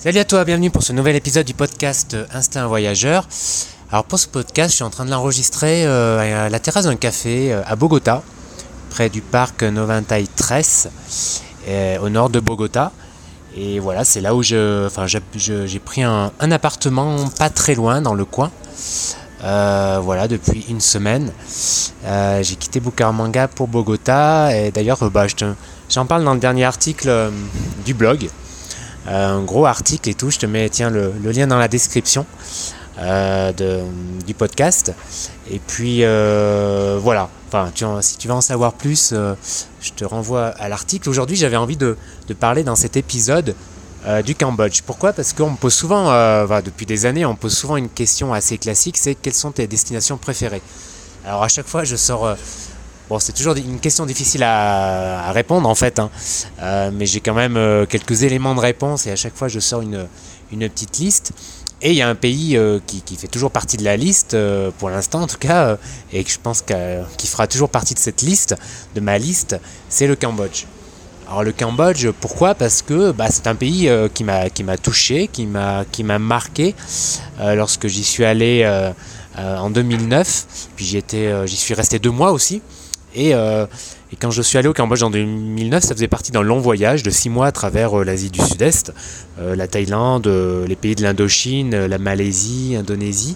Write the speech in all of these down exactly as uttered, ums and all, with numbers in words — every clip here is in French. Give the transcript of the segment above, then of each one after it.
Salut à toi, bienvenue pour ce nouvel épisode du podcast Instinct Voyageur. Alors pour ce podcast, je suis en train de l'enregistrer euh, à la terrasse d'un café euh, à Bogota, près du parc Noventa y Tres, euh, au nord de Bogota. Et voilà, c'est là où je, enfin, je, je, j'ai pris un, un appartement pas très loin dans le coin. Euh, voilà, depuis une semaine. Euh, j'ai quitté Bucaramanga pour Bogota. Et d'ailleurs, euh, bah, je te, j'en parle dans le dernier article euh, du blog. Euh, un gros article et tout, je te mets tiens, le, le lien dans la description euh, de, du podcast. Et puis euh, voilà, enfin, tu, si tu veux en savoir plus, euh, je te renvoie à l'article. Aujourd'hui, j'avais envie de, de parler dans cet épisode euh, du Cambodge. Pourquoi ? Parce qu'on me pose souvent, euh, enfin, depuis des années, on me pose souvent une question assez classique, c'est quelles sont tes destinations préférées ? Alors à chaque fois, je sors... Euh, Bon, c'est toujours une question difficile à, à répondre en fait, hein. euh, mais j'ai quand même euh, quelques éléments de réponse et à chaque fois je sors une, une petite liste. Et il y a un pays euh, qui, qui fait toujours partie de la liste, euh, pour l'instant en tout cas, euh, et que je pense qu'il fera toujours partie de cette liste, de ma liste, c'est le Cambodge. Alors le Cambodge, pourquoi ? Parce que bah, c'est un pays euh, qui m'a, qui m'a touché, qui m'a, qui m'a marqué euh, lorsque j'y suis allé euh, euh, en deux mille neuf, puis j'y, étais, euh, j'y suis resté deux mois aussi. Et, euh, et quand je suis allé au Cambodge en deux mille neuf, ça faisait partie d'un long voyage de six mois à travers euh, l'Asie du Sud-Est, euh, la Thaïlande, euh, les pays de l'Indochine, euh, la Malaisie, l'Indonésie.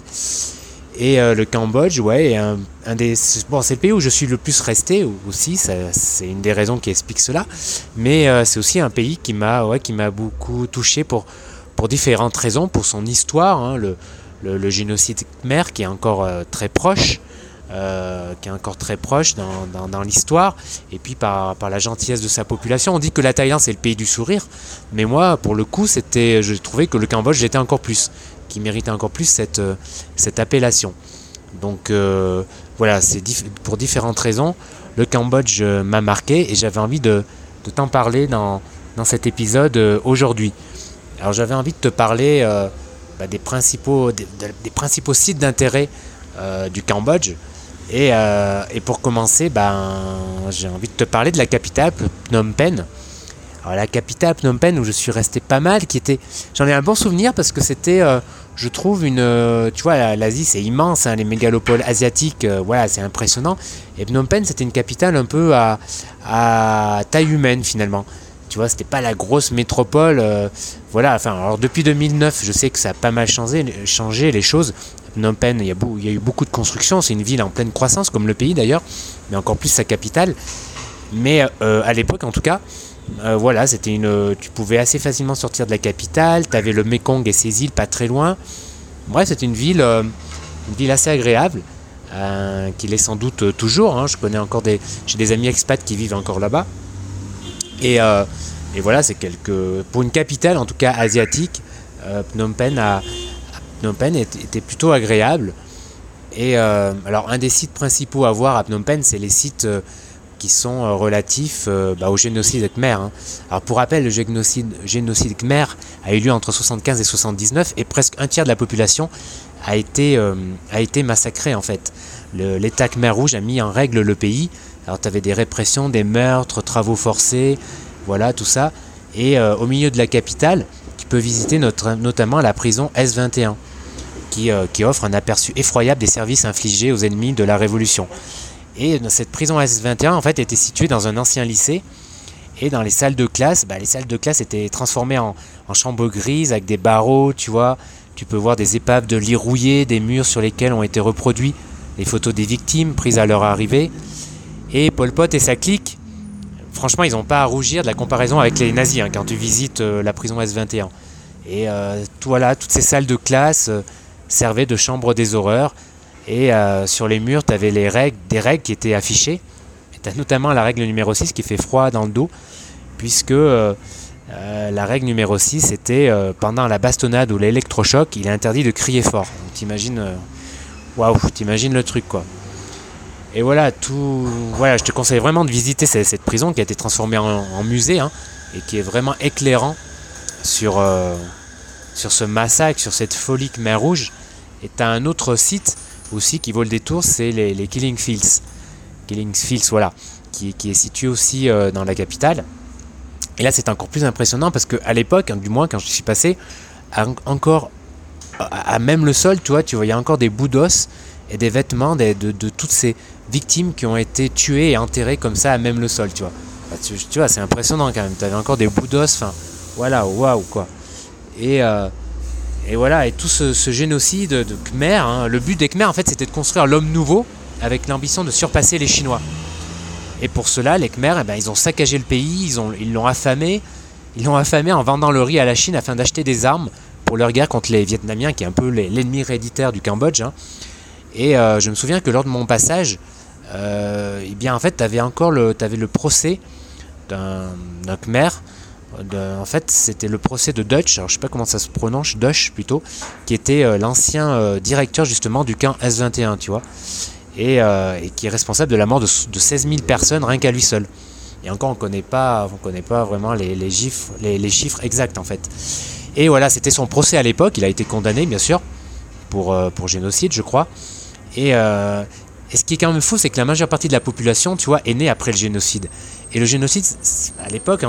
Et euh, le Cambodge, ouais, est un, un des, bon, c'est le pays où je suis le plus resté aussi, ça, c'est une des raisons qui explique cela. Mais euh, c'est aussi un pays qui m'a, ouais, qui m'a beaucoup touché pour, pour différentes raisons, pour son histoire, hein, le, le, le génocide khmer qui est encore euh, très proche. Euh, qui est encore très proche dans, dans, dans l'histoire, et puis par, par la gentillesse de sa population. On dit que la Thaïlande c'est le pays du sourire, mais moi pour le coup c'était, je trouvais que le Cambodge l'était encore plus, qui méritait encore plus cette, cette appellation. Donc euh, voilà, c'est diff- pour différentes raisons, le Cambodge m'a marqué et j'avais envie de, de t'en parler dans, dans cet épisode euh, aujourd'hui. Alors j'avais envie de te parler euh, bah, des, principaux, des, des principaux sites d'intérêt euh, du Cambodge. Et, euh, et pour commencer, ben, j'ai envie de te parler de la capitale, Phnom Penh. Alors la capitale Phnom Penh où je suis resté pas mal, qui était, j'en ai un bon souvenir parce que c'était, euh, je trouve une, euh, tu vois, l'Asie c'est immense, hein, les mégalopoles asiatiques, euh, voilà, c'est impressionnant. Et Phnom Penh c'était une capitale un peu à, à taille humaine finalement. Tu vois, c'était pas la grosse métropole, euh, voilà. Enfin, alors depuis deux mille neuf, je sais que ça a pas mal changé, changé les choses. Phnom Penh, il y, a beau, il y a eu beaucoup de constructions, c'est une ville en pleine croissance, comme le pays d'ailleurs, mais encore plus sa capitale. Mais euh, à l'époque, en tout cas, euh, voilà, c'était une, tu pouvais assez facilement sortir de la capitale, tu avais le Mekong et ses îles pas très loin. Bref, c'était une ville, euh, une ville assez agréable, euh, qui l'est sans doute euh, toujours. Hein, je connais encore des, j'ai des amis expats qui vivent encore là-bas. Et, euh, et voilà, c'est quelque, pour une capitale, en tout cas asiatique, euh, Phnom Penh a Phnom Penh était plutôt agréable. Et euh, alors un des sites principaux à voir à Phnom Penh, c'est les sites euh, qui sont euh, relatifs euh, bah, au génocide khmer. Hein. Alors pour rappel, le génocide, génocide khmer a eu lieu entre soixante-quinze et soixante-dix-neuf et presque un tiers de la population a été, euh, a été massacrée en fait. Le, l'État Khmer Rouge a mis en règle le pays. Alors tu avais des répressions, des meurtres, travaux forcés, voilà tout ça. Et euh, au milieu de la capitale, tu peux visiter notre, notamment la prison S vingt et un. Qui, euh, qui offre un aperçu effroyable des services infligés aux ennemis de la Révolution. Et cette prison S vingt et un en fait était située dans un ancien lycée, et dans les salles de classe, bah, les salles de classe étaient transformées en, en chambres grises avec des barreaux, tu vois, tu peux voir des épaves de lits rouillés, des murs sur lesquels ont été reproduits les photos des victimes prises à leur arrivée. Et Pol Pot et sa clique, franchement ils n'ont pas à rougir de la comparaison avec les nazis, hein, quand tu visites euh, la prison S vingt et un. Et euh, tout, voilà, toutes ces salles de classe euh, servait de chambre des horreurs, et euh, sur les murs tu avais les règles, des règles qui étaient affichées, et tu as notamment la règle numéro six qui fait froid dans le dos, puisque euh, euh, la règle numéro six c'était euh, pendant la bastonnade ou l'électrochoc, il est interdit de crier fort. Donc t'imagines, euh, waouh, t'imagines le truc quoi. Et voilà, tout, voilà, je te conseille vraiment de visiter cette, cette prison qui a été transformée en, en musée, hein, et qui est vraiment éclairant sur... Euh, sur ce massacre, sur cette folie Khmer Rouge. Et tu as un autre site aussi qui vaut le détour, c'est les, les Killing Fields. Killing Fields, voilà, qui, qui est situé aussi euh, dans la capitale. Et là, c'est encore plus impressionnant parce qu'à l'époque, hein, du moins quand je suis passé, à, encore à, à même le sol, tu vois, tu voyais encore des bouts d'os et des vêtements des, de, de toutes ces victimes qui ont été tuées et enterrées comme ça à même le sol, tu vois. Bah, tu, tu vois, c'est impressionnant quand même. Tu avais encore des bouts d'os, enfin, voilà, waouh, quoi. Et, euh, et voilà, et tout ce, ce génocide de Khmer, hein, le but des Khmer, en fait, c'était de construire l'homme nouveau avec l'ambition de surpasser les Chinois. Et pour cela, les Khmer, eh ben, ils ont saccagé le pays, ils, ont, ils l'ont affamé, ils l'ont affamé en vendant le riz à la Chine afin d'acheter des armes pour leur guerre contre les Vietnamiens, qui est un peu les, l'ennemi héréditaire du Cambodge. Hein. Et euh, je me souviens que lors de mon passage, euh, eh bien, en fait, tu avais encore le, t'avais le procès d'un, d'un Khmer. De, en fait, c'était le procès de Dutch, alors je sais pas comment ça se prononce, Dutch plutôt, qui était euh, l'ancien euh, directeur justement du camp S vingt et un, tu vois. Et, euh, et qui est responsable de la mort de, de seize mille personnes rien qu'à lui seul. Et encore, on ne connaît pas, on connaît pas vraiment les, les, chiffres, les, les chiffres exacts en fait. Et voilà, c'était son procès à l'époque, il a été condamné bien sûr, pour, euh, pour génocide je crois. Et, euh, et ce qui est quand même fou, c'est que la majeure partie de la population, tu vois, est née après le génocide. Et le génocide, à l'époque,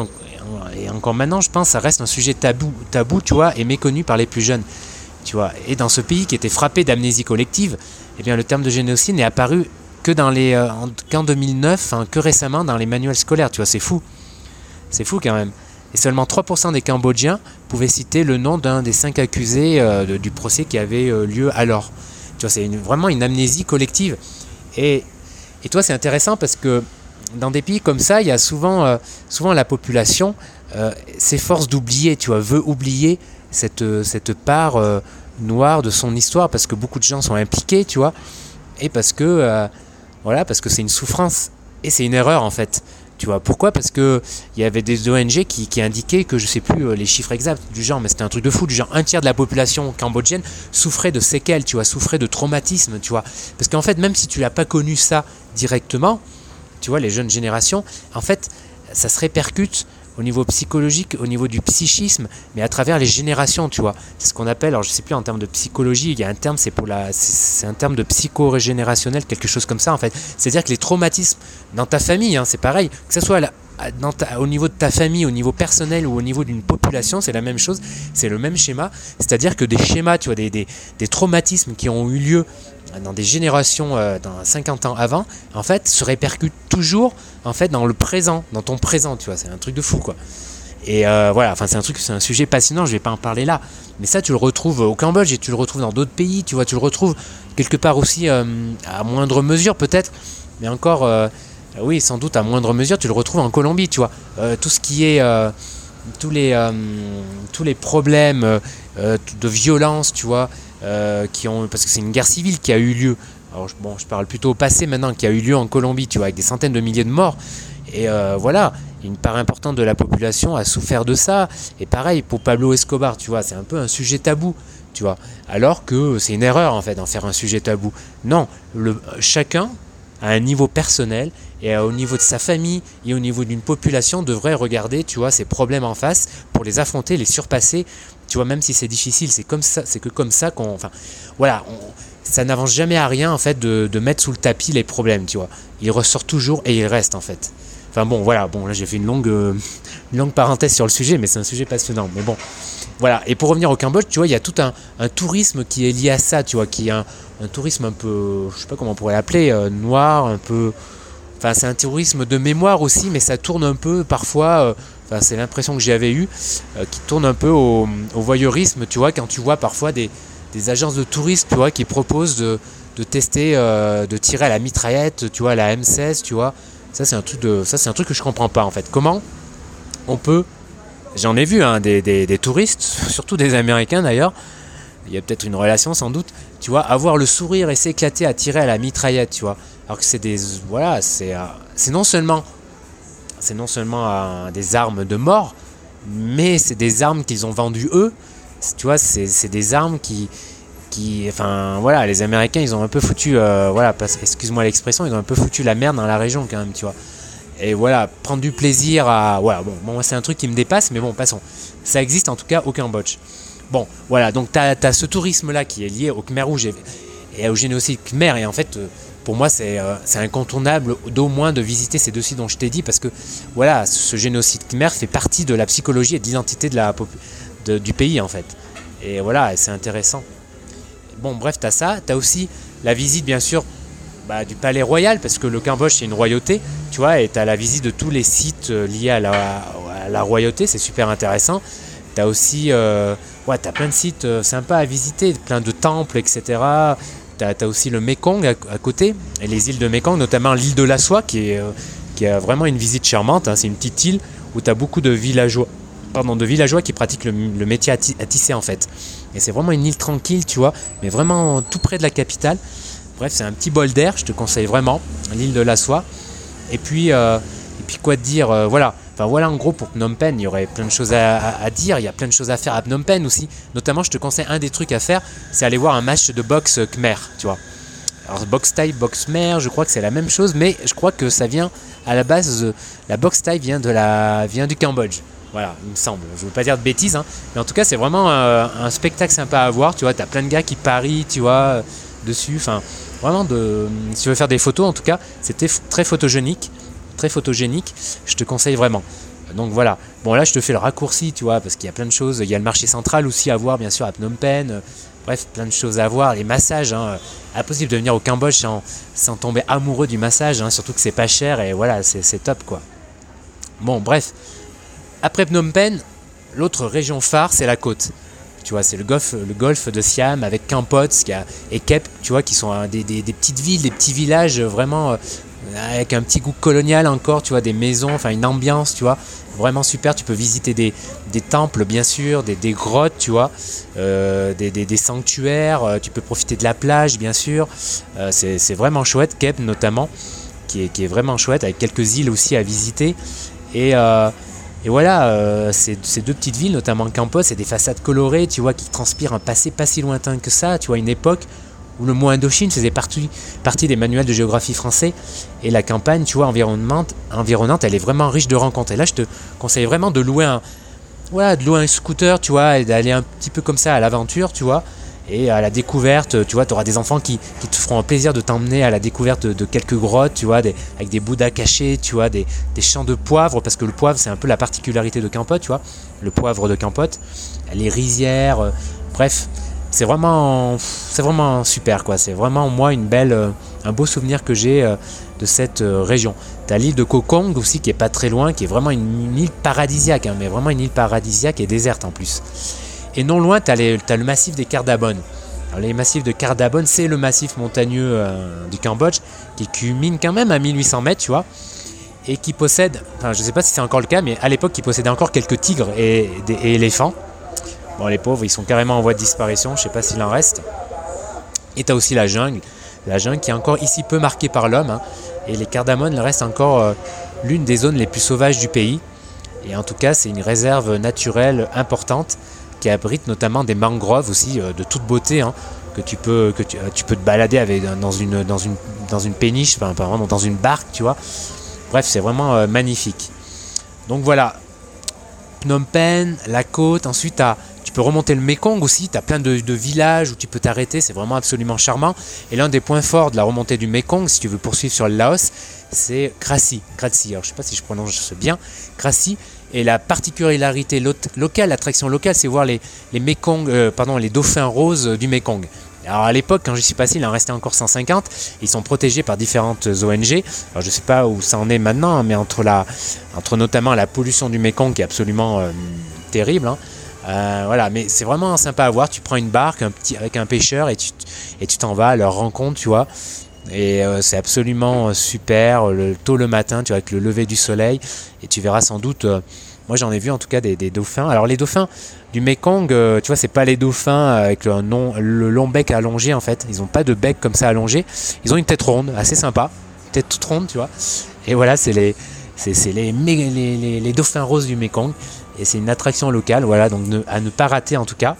et encore maintenant je pense, ça reste un sujet tabou, tabou tu vois, et méconnu par les plus jeunes. Tu vois. Et dans ce pays qui était frappé d'amnésie collective, eh bien, le terme de génocide n'est apparu que dans les, euh, qu'en deux mille neuf, hein, que récemment dans les manuels scolaires. Tu vois, c'est fou. C'est fou quand même. Et seulement trois pour cent des Cambodgiens pouvaient citer le nom d'un des cinq accusés euh, de, du procès qui avait euh, lieu alors. Tu vois, c'est une, vraiment une amnésie collective. Et, et toi, c'est intéressant parce que dans des pays comme ça, il y a souvent, euh, souvent la population euh, s'efforce d'oublier, tu vois, veut oublier cette, cette part euh, noire de son histoire parce que beaucoup de gens sont impliqués, tu vois, et parce que, euh, voilà, parce que c'est une souffrance et c'est une erreur en fait. Tu vois, pourquoi ? Parce que il y avait des O N G qui, qui indiquaient que je sais plus euh, les chiffres exacts du genre, mais c'était un truc de fou, du genre un tiers de la population cambodgienne souffrait de séquelles, tu vois, souffrait de traumatisme, tu vois. Parce qu'en fait, même si tu n'as pas connu ça directement, tu vois, les jeunes générations, en fait, ça se répercute au niveau psychologique, au niveau du psychisme, mais à travers les générations, tu vois. C'est ce qu'on appelle, alors je sais plus en termes de psychologie, il y a un terme, c'est pour la, c'est un terme de psycho-régénérationnel, quelque chose comme ça en fait. C'est-à-dire que les traumatismes dans ta famille, hein, c'est pareil, que ce soit la, dans ta, au niveau de ta famille, au niveau personnel ou au niveau d'une population, c'est la même chose, c'est le même schéma. C'est-à-dire que des schémas, tu vois, des, des, des traumatismes qui ont eu lieu dans des générations, euh, dans cinquante ans avant, en fait, se répercutent toujours, en fait, dans le présent, dans ton présent, tu vois, c'est un truc de fou, quoi. Et euh, voilà, enfin, c'est un truc, c'est un sujet passionnant, je vais pas en parler là, mais ça, tu le retrouves au Cambodge et tu le retrouves dans d'autres pays, tu vois, tu le retrouves quelque part aussi euh, à moindre mesure, peut-être, mais encore, euh, oui, sans doute à moindre mesure, tu le retrouves en Colombie, tu vois, euh, tout ce qui est, euh, tous les, euh, tous les problèmes euh, de violence, tu vois. Euh, qui ont, parce que c'est une guerre civile qui a eu lieu, alors bon, je parle plutôt au passé maintenant, qui a eu lieu en Colombie, tu vois, avec des centaines de milliers de morts, et euh, voilà, une part importante de la population a souffert de ça, et pareil pour Pablo Escobar, tu vois, c'est un peu un sujet tabou, tu vois, alors que c'est une erreur en fait d'en faire un sujet tabou. Non, le, chacun à un niveau personnel et au niveau de sa famille et au niveau d'une population devrait regarder, tu vois, ses problèmes en face pour les affronter, les surpasser. Tu vois, même si c'est difficile, c'est comme ça, c'est que comme ça qu'on, enfin, voilà, on, ça n'avance jamais à rien en fait de, de mettre sous le tapis les problèmes, tu vois. Ils ressortent toujours et ils restent en fait. Enfin bon, voilà, bon là j'ai fait une longue, euh, une longue parenthèse sur le sujet, mais c'est un sujet passionnant. Mais bon, voilà. Et pour revenir au Cambodge, tu vois, il y a tout un, un tourisme qui est lié à ça, tu vois, qui est un, un tourisme un peu, je sais pas comment on pourrait l'appeler, euh, noir, un peu. Enfin, c'est un tourisme de mémoire aussi, mais ça tourne un peu parfois. Euh, Enfin, c'est l'impression que j'avais eue, euh, qui tourne un peu au, au voyeurisme, tu vois, quand tu vois parfois des, des agences de touristes, tu vois, qui proposent de, de tester, euh, de tirer à la mitraillette, tu vois, à la M seize, tu vois. Ça, c'est un truc de, ça, c'est un truc que je comprends pas, en fait. Comment on peut, j'en ai vu, hein, des, des, des touristes, surtout des Américains d'ailleurs, il y a peut-être une relation sans doute, tu vois, avoir le sourire et s'éclater à tirer à la mitraillette, tu vois. Alors que c'est des, voilà, c'est, euh, c'est non seulement... c'est non seulement euh, des armes de mort, mais c'est des armes qu'ils ont vendues eux. Tu vois, c'est, c'est des armes qui, qui, enfin, voilà, les Américains, ils ont un peu foutu, euh, voilà, parce, excuse-moi l'expression, ils ont un peu foutu la merde dans la région quand même, tu vois. Et voilà, prendre du plaisir à, voilà, bon, bon, c'est un truc qui me dépasse, mais bon, passons. Ça existe en tout cas au Cambodge. Bon, voilà, donc t'as, t'as ce tourisme-là qui est lié au Khmer Rouge et, et au génocide Khmer, et en fait, euh, pour moi, c'est, euh, c'est incontournable d'au moins de visiter ces deux sites dont je t'ai dit, parce que voilà, ce génocide khmer fait partie de la psychologie et de l'identité de la, de, du pays en fait. Et voilà, c'est intéressant. Bon, bref, t'as ça. T'as aussi la visite, bien sûr, bah, du palais royal, parce que le Cambodge, c'est une royauté, tu vois, et t'as la visite de tous les sites liés à la, à la royauté, c'est super intéressant. T'as aussi, euh, ouais, t'as plein de sites euh, sympas à visiter, plein de temples, et cetera. T'as, t'as aussi le Mekong à, à côté, et les îles de Mekong, notamment l'île de la Soie, qui, est, euh, qui a vraiment une visite charmante, hein. C'est une petite île où t'as beaucoup de villageois, pardon, de villageois qui pratiquent le, le métier à, t- à tisser en fait. Et c'est vraiment une île tranquille, tu vois, mais vraiment tout près de la capitale. Bref, c'est un petit bol d'air, je te conseille vraiment, l'île de la Soie. Et puis, euh, et puis quoi te dire, euh, voilà. Enfin voilà en gros pour Phnom Penh, il y aurait plein de choses à, à, à dire, il y a plein de choses à faire à Phnom Penh aussi. Notamment, je te conseille un des trucs à faire, c'est aller voir un match de boxe khmer, tu vois. Alors boxe thaï, boxe khmer, je crois que c'est la même chose, mais je crois que ça vient à la base, euh, la boxe thaï vient, de la, vient du Cambodge. Voilà, il me semble. Je ne veux pas dire de bêtises, hein, mais en tout cas, c'est vraiment euh, un spectacle sympa à voir. Tu vois, tu as plein de gars qui parient, tu vois, dessus. Enfin, vraiment, de, si tu veux faire des photos, en tout cas, c'était f- très photogénique. Très photogénique. Je te conseille vraiment. Donc voilà. Bon, là, je te fais le raccourci, tu vois, parce qu'il y a plein de choses. Il y a le marché central aussi à voir, bien sûr, à Phnom Penh. Bref, plein de choses à voir. Les massages, hein, impossible de venir au Cambodge sans, sans tomber amoureux du massage, hein, surtout que c'est pas cher et voilà, c'est, c'est top, quoi. Bon, bref. Après Phnom Penh, l'autre région phare, c'est la côte. Tu vois, c'est le golfe, le golfe de Siam avec Kampot et Kep, tu vois, qui sont hein, des, des, des petites villes, des petits villages vraiment euh, avec un petit goût colonial encore, tu vois, des maisons, enfin une ambiance, tu vois, vraiment super. Tu peux visiter des, des temples, bien sûr, des, des grottes, tu vois, euh, des, des, des sanctuaires. Euh, tu peux profiter de la plage, bien sûr. Euh, c'est, c'est vraiment chouette, Kep notamment, qui est, qui est vraiment chouette, avec quelques îles aussi à visiter. Et euh, Et voilà, euh, ces, ces deux petites villes, notamment Kampot, c'est des façades colorées, tu vois, qui transpirent un passé pas si lointain que ça, tu vois, une époque où le mot Indochine faisait partie, partie des manuels de géographie français, et la campagne, tu vois, environnante, environnante, elle est vraiment riche de rencontres. Et là, je te conseille vraiment de louer un, voilà, de louer un scooter, tu vois, et d'aller un petit peu comme ça à l'aventure, tu vois, et à la découverte, tu vois, tu auras des enfants qui, qui te feront un plaisir de t'emmener à la découverte de, de quelques grottes, tu vois, des, avec des bouddhas cachés, tu vois, des, des champs de poivre, parce que le poivre, c'est un peu la particularité de Kampot, tu vois, le poivre de Kampot, les rizières, euh, bref, c'est vraiment, c'est vraiment super, quoi, c'est vraiment, moi, une belle, euh, un beau souvenir que j'ai euh, de cette euh, région. Tu as l'île de Koh Kong aussi, qui est pas très loin, qui est vraiment une, une île paradisiaque, hein, mais vraiment une île paradisiaque et déserte en plus. Et non loin, tu as le massif des Cardamone. Alors, les massifs de Cardamone, c'est le massif montagneux euh, du Cambodge qui culmine quand même à mille huit cents mètres, tu vois, et qui possède, enfin je ne sais pas si c'est encore le cas, mais à l'époque, qui possédait encore quelques tigres et, des, et éléphants. Bon, les pauvres, ils sont carrément en voie de disparition, je ne sais pas s'il en reste. Et tu as aussi la jungle, la jungle qui est encore ici peu marquée par l'homme, hein, et les Cardamone restent encore euh, l'une des zones les plus sauvages du pays. Et en tout cas, c'est une réserve naturelle importante qui abrite notamment des mangroves aussi euh, de toute beauté, hein, que tu peux que tu, tu peux te balader avec dans une dans une dans une péniche, enfin pas vraiment dans une barque, tu vois. Bref, c'est vraiment euh, magnifique. Donc voilà, Phnom Penh, la côte. Ensuite, t'as, tu peux remonter le Mekong aussi. Tu as plein de, de villages où tu peux t'arrêter. C'est vraiment absolument charmant. Et l'un des points forts de la remontée du Mekong, si tu veux poursuivre sur le Laos, c'est Krasie. Krasie. Alors, je ne sais pas si je prononce bien. Krasie. Et la particularité lo- locale, l'attraction locale, c'est voir les, les, Mekong, euh, pardon, les dauphins roses du Mekong. Alors à l'époque, quand j'y suis passé, il en restait encore cent cinquante. Ils sont protégés par différentes O N G. Alors je ne sais pas où ça en est maintenant, mais entre, la, entre notamment la pollution du Mekong qui est absolument euh, terrible. Hein. Euh, voilà, mais c'est vraiment sympa à voir. Tu prends une barque un petit, avec un pêcheur et tu, et tu t'en vas à leur rencontre, tu vois. Et euh, c'est absolument super. Le, tôt le matin, tu vois, avec le lever du soleil. Et tu verras sans doute... Euh, moi j'en ai vu en tout cas des, des dauphins. Alors les dauphins du Mekong, euh, tu vois, c'est pas les dauphins avec le, non, le long bec allongé en fait. Ils ont pas de bec comme ça allongé. Ils ont une tête ronde, assez sympa. Une tête toute ronde, tu vois. Et voilà, c'est les, c'est, c'est les, les, les, les dauphins roses du Mekong. Et c'est une attraction locale, voilà, donc ne, à ne pas rater en tout cas.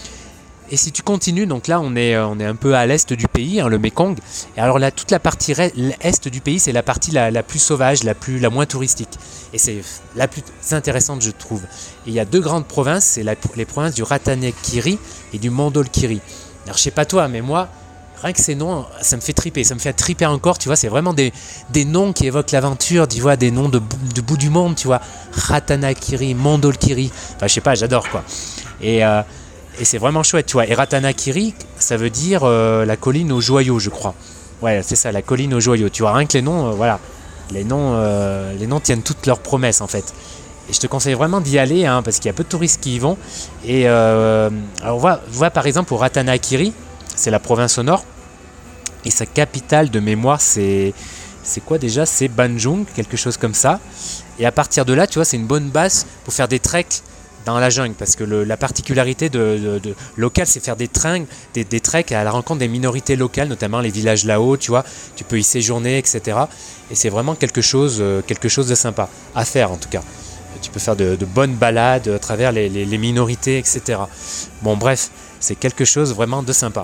Et si tu continues, donc là on est, on est un peu à l'est du pays, hein, le Mekong. Et alors là, toute la partie est du pays, c'est la partie la, la plus sauvage, la, plus, la moins touristique. Et c'est la plus intéressante, je trouve. Et il y a deux grandes provinces, c'est la, les provinces du Ratanekiri et du Mandolkiri. Alors je sais pas toi, mais moi, rien que ces noms, ça me fait triper, ça me fait triper encore, tu vois, c'est vraiment des, des noms qui évoquent l'aventure, tu vois, des noms de, de bout du monde, tu vois, Ratanakiri, Mondolkiri, enfin je sais pas, j'adore quoi. Et, euh, et c'est vraiment chouette, tu vois, et Ratanakiri, ça veut dire euh, la colline aux joyaux, je crois. Ouais, c'est ça, la colline aux joyaux, tu vois, rien que les noms, euh, voilà, les noms, euh, les noms tiennent toutes leurs promesses en fait. Et je te conseille vraiment d'y aller, hein, parce qu'il y a peu de touristes qui y vont. Et euh, alors on voit, on voit par exemple au Ratanakiri, c'est la province au nord, et sa capitale de mémoire, c'est, c'est quoi déjà? C'est Banjung, quelque chose comme ça. Et à partir de là, tu vois, c'est une bonne base pour faire des treks dans la jungle, parce que le, la particularité de, de, de locale, c'est faire des, trains, des, des treks à la rencontre des minorités locales, notamment les villages là-haut, tu vois, tu peux y séjourner, et cetera. Et c'est vraiment quelque chose, quelque chose de sympa à faire en tout cas. Tu peux faire de, de bonnes balades à travers les, les, les minorités, et cetera. Bon bref, c'est quelque chose vraiment de sympa.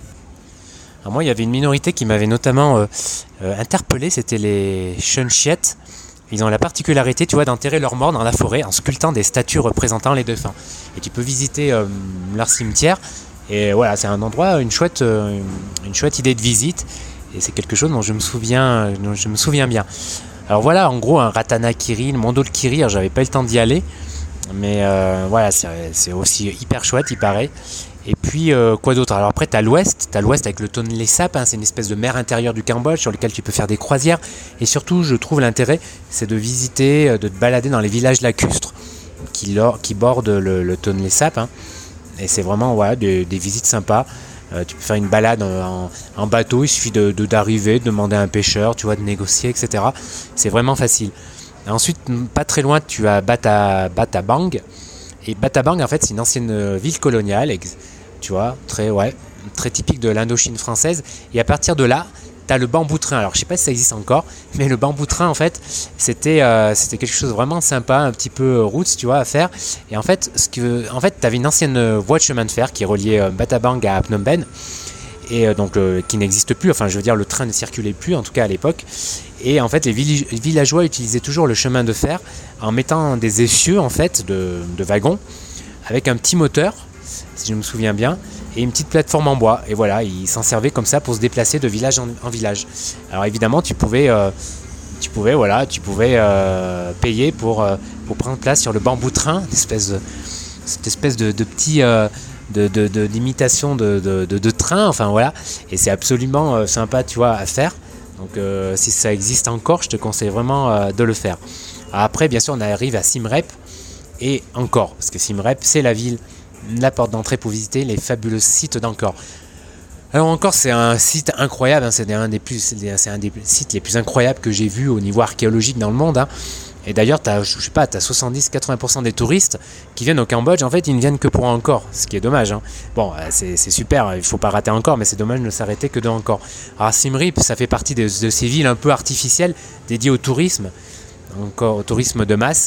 Alors moi, il y avait une minorité qui m'avait notamment euh, euh, interpellé, c'était les Shunchiet. Ils ont la particularité, tu vois, d'enterrer leurs morts dans la forêt en sculptant des statues représentant les défunts. Et tu peux visiter euh, leur cimetière. Et voilà, c'est un endroit, une chouette, euh, une chouette idée de visite. Et c'est quelque chose dont je me souviens, dont je me souviens bien. Alors voilà, en gros, un Ratanakiri, le Mondolkiri, alors j'avais pas eu le temps d'y aller. Mais euh, voilà, c'est, c'est aussi hyper chouette, il paraît. Et puis, euh, quoi d'autre? Alors après, tu as l'ouest, tu as l'ouest avec le Tonlé Sap, hein, c'est une espèce de mer intérieure du Cambodge sur lequel tu peux faire des croisières. Et surtout, je trouve l'intérêt, c'est de visiter, de te balader dans les villages lacustres qui, qui bordent le, le Tonlé Sap. Hein. Et c'est vraiment voilà, des, des visites sympas. Euh, tu peux faire une balade en, en bateau, il suffit de, de, d'arriver, de demander à un pêcheur, tu vois, de négocier, et cetera. C'est vraiment facile. Et ensuite, pas très loin, tu as Bata, Batabang. Et Batabang, en fait, c'est une ancienne ville coloniale, tu vois, très, ouais, très typique de l'Indochine française. Et à partir de là, tu as le bambou-train. Alors, je sais pas si ça existe encore, mais le bambou-train, en fait, c'était, euh, c'était quelque chose de vraiment sympa, un petit peu roots, tu vois, à faire. Et en fait, ce que, en fait, tu avais une ancienne voie de chemin de fer qui reliait euh, Batabang à Phnom Penh, et euh, donc euh, qui n'existe plus. Enfin, je veux dire, le train ne circulait plus, en tout cas à l'époque. Et en fait, les villageois utilisaient toujours le chemin de fer en mettant des essieux, en fait, de, de wagons, avec un petit moteur, si je me souviens bien, et une petite plateforme en bois. Et voilà, ils s'en servaient comme ça pour se déplacer de village en, en village. Alors évidemment, tu pouvais, euh, tu pouvais, voilà, tu pouvais euh, payer pour, euh, pour prendre place sur le bambou-train, cette espèce de, cette espèce de, de petit... Euh, de, de, de, d'imitation de, de, de, de train, enfin voilà. Et c'est absolument euh, sympa, tu vois, à faire. Donc euh, si ça existe encore, je te conseille vraiment euh, de le faire. Alors, après, bien sûr, on arrive à Siem Reap et Angkor, parce que Siem Reap, c'est la ville, la porte d'entrée pour visiter les fabuleux sites d'Angkor. Alors Angkor, c'est un site incroyable, hein, c'est, un des plus, c'est un des sites les plus incroyables que j'ai vu au niveau archéologique dans le monde. Hein. Et d'ailleurs, t'as, je sais pas, tu as soixante-dix à quatre-vingts pour cent des touristes qui viennent au Cambodge, en fait, ils ne viennent que pour Angkor, ce qui est dommage. Hein. Bon, c'est, c'est super, il faut pas rater Angkor, mais c'est dommage de ne s'arrêter que de Angkor. Alors Siem Reap, ça fait partie de, de ces villes un peu artificielles dédiées au tourisme, encore au tourisme de masse,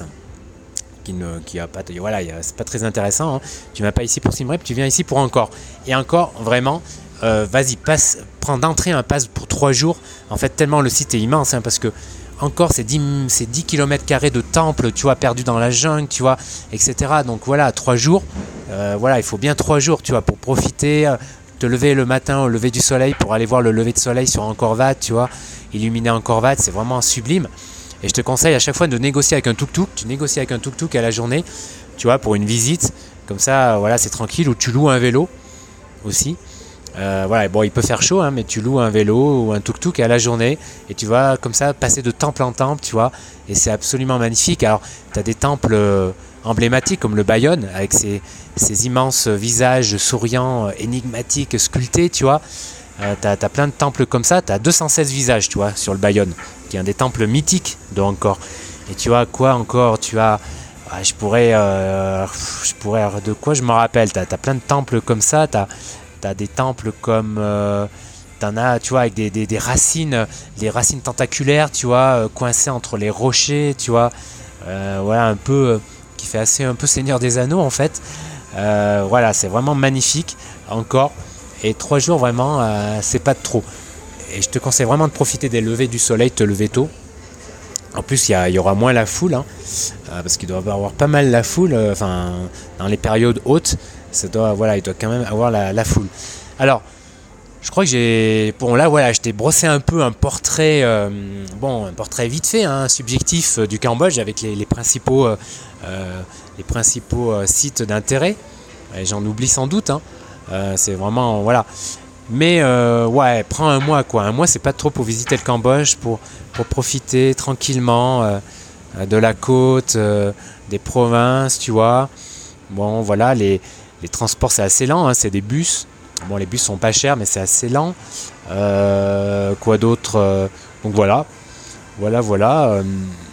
qui ne, qui a pas, voilà, c'est pas très intéressant. Hein. Tu ne viens pas ici pour Siem Reap, tu viens ici pour Angkor. Et Angkor, vraiment, euh, vas-y, passe, prends d'entrée un pass pour trois jours. En fait, tellement le site est immense, hein, parce que Angkor, c'est dix, c'est dix kilomètres carrés de temples, tu vois, perdus dans la jungle, tu vois, et cetera. Donc voilà, trois jours, euh, voilà, il faut bien trois jours, tu vois, pour profiter, euh, te lever le matin au lever du soleil pour aller voir le lever de soleil sur Angkor Wat, tu vois, illuminer Angkor Wat, c'est vraiment sublime. Et je te conseille à chaque fois de négocier avec un tuk-tuk, tu négocies avec un tuk-tuk à la journée, tu vois, pour une visite, comme ça, voilà, c'est tranquille, ou tu loues un vélo aussi. Euh, voilà, bon, il peut faire chaud, hein, mais tu loues un vélo ou un tuk-tuk à la journée et tu vas comme ça passer de temple en temple, tu vois, et c'est absolument magnifique. Alors, tu as des temples euh, emblématiques comme le Bayonne avec ses, ses immenses visages souriants, euh, énigmatiques, sculptés, tu vois. Euh, tu as plein de temples comme ça, tu as deux cent seize visages, tu vois, sur le Bayonne, qui est un des temples mythiques de Angkor. Et tu vois quoi encore? Tu as, ouais, je pourrais, euh, je pourrais, de quoi je me rappelle? Tu as plein de temples comme ça, tu as T'as des temples comme, euh, t'en as, tu vois, avec des, des, des racines, les racines tentaculaires, tu vois, euh, coincées entre les rochers, tu vois, euh, voilà, un peu, euh, qui fait assez un peu Seigneur des Anneaux, en fait. Euh, voilà, c'est vraiment magnifique, encore. Et trois jours, vraiment, euh, c'est pas de trop. Et je te conseille vraiment de profiter des levées du soleil, te lever tôt. En plus, il y, y aura moins la foule, hein, euh, parce qu'il doit y avoir pas mal la foule, euh, enfin, dans les périodes hautes. Ça doit, voilà, il doit quand même avoir la, la foule. Alors, je crois que j'ai, bon là voilà, je t'ai brossé un peu un portrait, euh, bon un portrait vite fait, hein, subjectif euh, du Cambodge avec les, les principaux, euh, euh, les principaux euh, sites d'intérêt. Et j'en oublie sans doute, hein. Euh, c'est vraiment voilà. Mais euh, ouais, prends un mois quoi. Un mois c'est pas trop pour visiter le Cambodge, pour pour profiter tranquillement euh, de la côte, euh, des provinces, tu vois. Bon voilà, les les transports c'est assez lent, hein, c'est des bus. Bon, les bus sont pas chers, mais c'est assez lent. Euh, quoi d'autre euh, Donc voilà, voilà, voilà. Euh,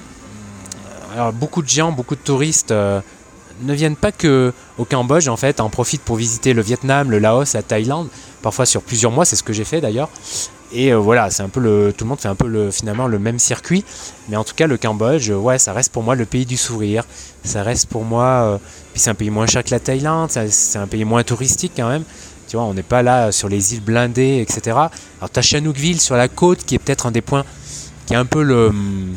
alors beaucoup de gens, beaucoup de touristes euh, ne viennent pas que au Cambodge en fait, en profitent pour visiter le Vietnam, le Laos, la Thaïlande, parfois sur plusieurs mois. C'est ce que j'ai fait d'ailleurs. Et euh, voilà, c'est un peu le, tout le monde fait un peu le, finalement le même circuit. Mais en tout cas, le Cambodge, ouais, ça reste pour moi le pays du sourire. Ça reste pour moi. Euh, puis c'est un pays moins cher que la Thaïlande. Ça, c'est un pays moins touristique quand même. Tu vois, on n'est pas là sur les îles blindées, et cetera. Alors, tu as Chanookville sur la côte, qui est peut-être un des points, qui est un peu le,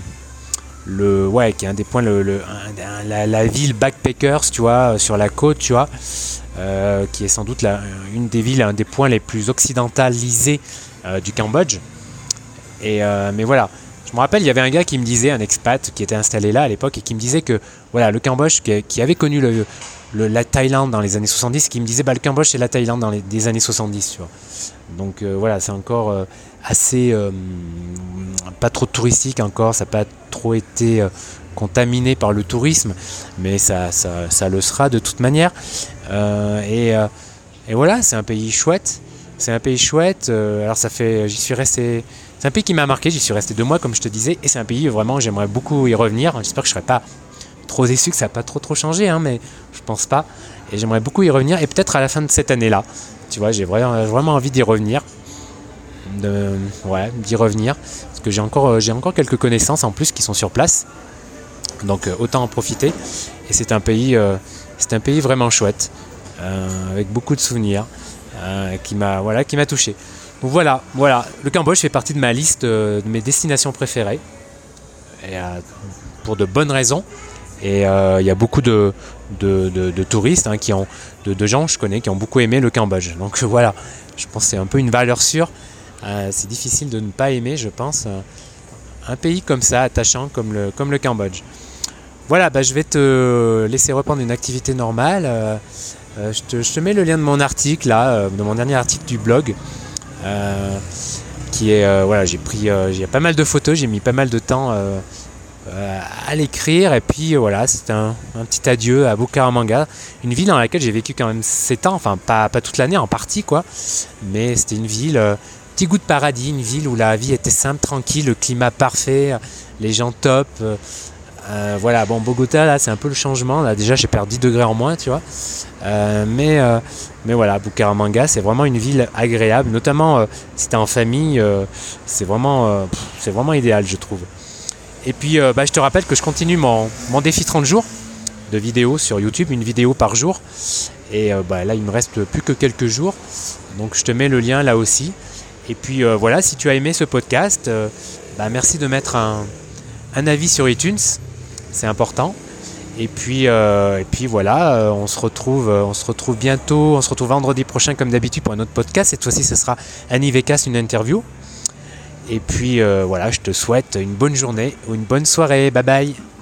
le ouais, qui est un des points, le, le, un, la, la ville backpackers, tu vois, sur la côte, tu vois, euh, qui est sans doute la, une des villes, un des points les plus occidentalisés euh, du Cambodge. Et euh, mais voilà, je me rappelle, il y avait un gars qui me disait, un expat qui était installé là à l'époque, et qui me disait que voilà, le Cambodge, qui, qui avait connu le Le, la Thaïlande dans les années soixante-dix, qui me disait bah, le Cambodge c'est la Thaïlande dans les des années soixante-dix, tu vois. Donc euh, voilà, c'est encore euh, assez euh, pas trop touristique encore, ça n'a pas trop été euh, contaminé par le tourisme, mais ça, ça, ça le sera de toute manière. Euh, et, euh, et voilà, c'est un pays chouette, c'est un pays chouette. Euh, alors ça fait, j'y suis resté, c'est un pays qui m'a marqué, j'y suis resté deux mois comme je te disais, et c'est un pays vraiment j'aimerais beaucoup y revenir. J'espère que je serai pas trop déçu, que ça n'a pas trop trop changé, hein, mais je pense pas. Et j'aimerais beaucoup y revenir, et peut-être à la fin de cette année-là. Tu vois, j'ai vraiment, vraiment envie d'y revenir. De, ouais, d'y revenir. Parce que j'ai encore, j'ai encore quelques connaissances en plus qui sont sur place. Donc autant en profiter. Et c'est un pays, euh, c'est un pays vraiment chouette. Euh, avec beaucoup de souvenirs. Euh, qui m'a, voilà, qui m'a touché. Donc voilà, voilà. Le Cambodge fait partie de ma liste euh, de mes destinations préférées. Et euh, pour de bonnes raisons. Et il euh, y a beaucoup de, de, de, de touristes, hein, qui ont, de, de gens que je connais qui ont beaucoup aimé le Cambodge. Donc euh, voilà, je pense que c'est un peu une valeur sûre. Euh, c'est difficile de ne pas aimer, je pense, euh, un pays comme ça, attachant comme le, comme le Cambodge. Voilà, bah, je vais te laisser reprendre une activité normale. Euh, euh, je, te, je te mets le lien de mon article, là, euh, de mon dernier article du blog. Euh, qui est, euh, voilà, j'ai pris, euh, j'ai pas mal de photos, j'ai mis pas mal de temps euh, Euh, à l'écrire, et puis euh, voilà, c'était un, un petit adieu à Bucaramanga, une ville dans laquelle j'ai vécu quand même sept ans, enfin pas, pas toute l'année en partie quoi, mais c'était une ville, euh, petit goût de paradis, une ville où la vie était simple, tranquille, le climat parfait, les gens top, euh, euh, voilà, bon Bogota là c'est un peu le changement, là déjà j'ai perdu dix degrés en moins, tu vois, euh, mais, euh, mais voilà, Bucaramanga c'est vraiment une ville agréable, notamment euh, si t'es en famille, euh, c'est vraiment, euh, pff, c'est vraiment idéal je trouve. Et puis euh, bah, je te rappelle que je continue mon, mon défi trente jours de vidéos sur YouTube, une vidéo par jour. Et euh, bah, là il me reste plus que quelques jours. Donc je te mets le lien là aussi. Et puis euh, voilà, si tu as aimé ce podcast, euh, bah, merci de mettre un, un avis sur iTunes. C'est important. Et puis, euh, et puis voilà, euh, on se retrouve, euh, on se retrouve bientôt. On se retrouve vendredi prochain comme d'habitude pour un autre podcast. Cette fois-ci ce sera un I V K, une interview. Et puis euh, voilà, je te souhaite une bonne journée ou une bonne soirée. Bye bye.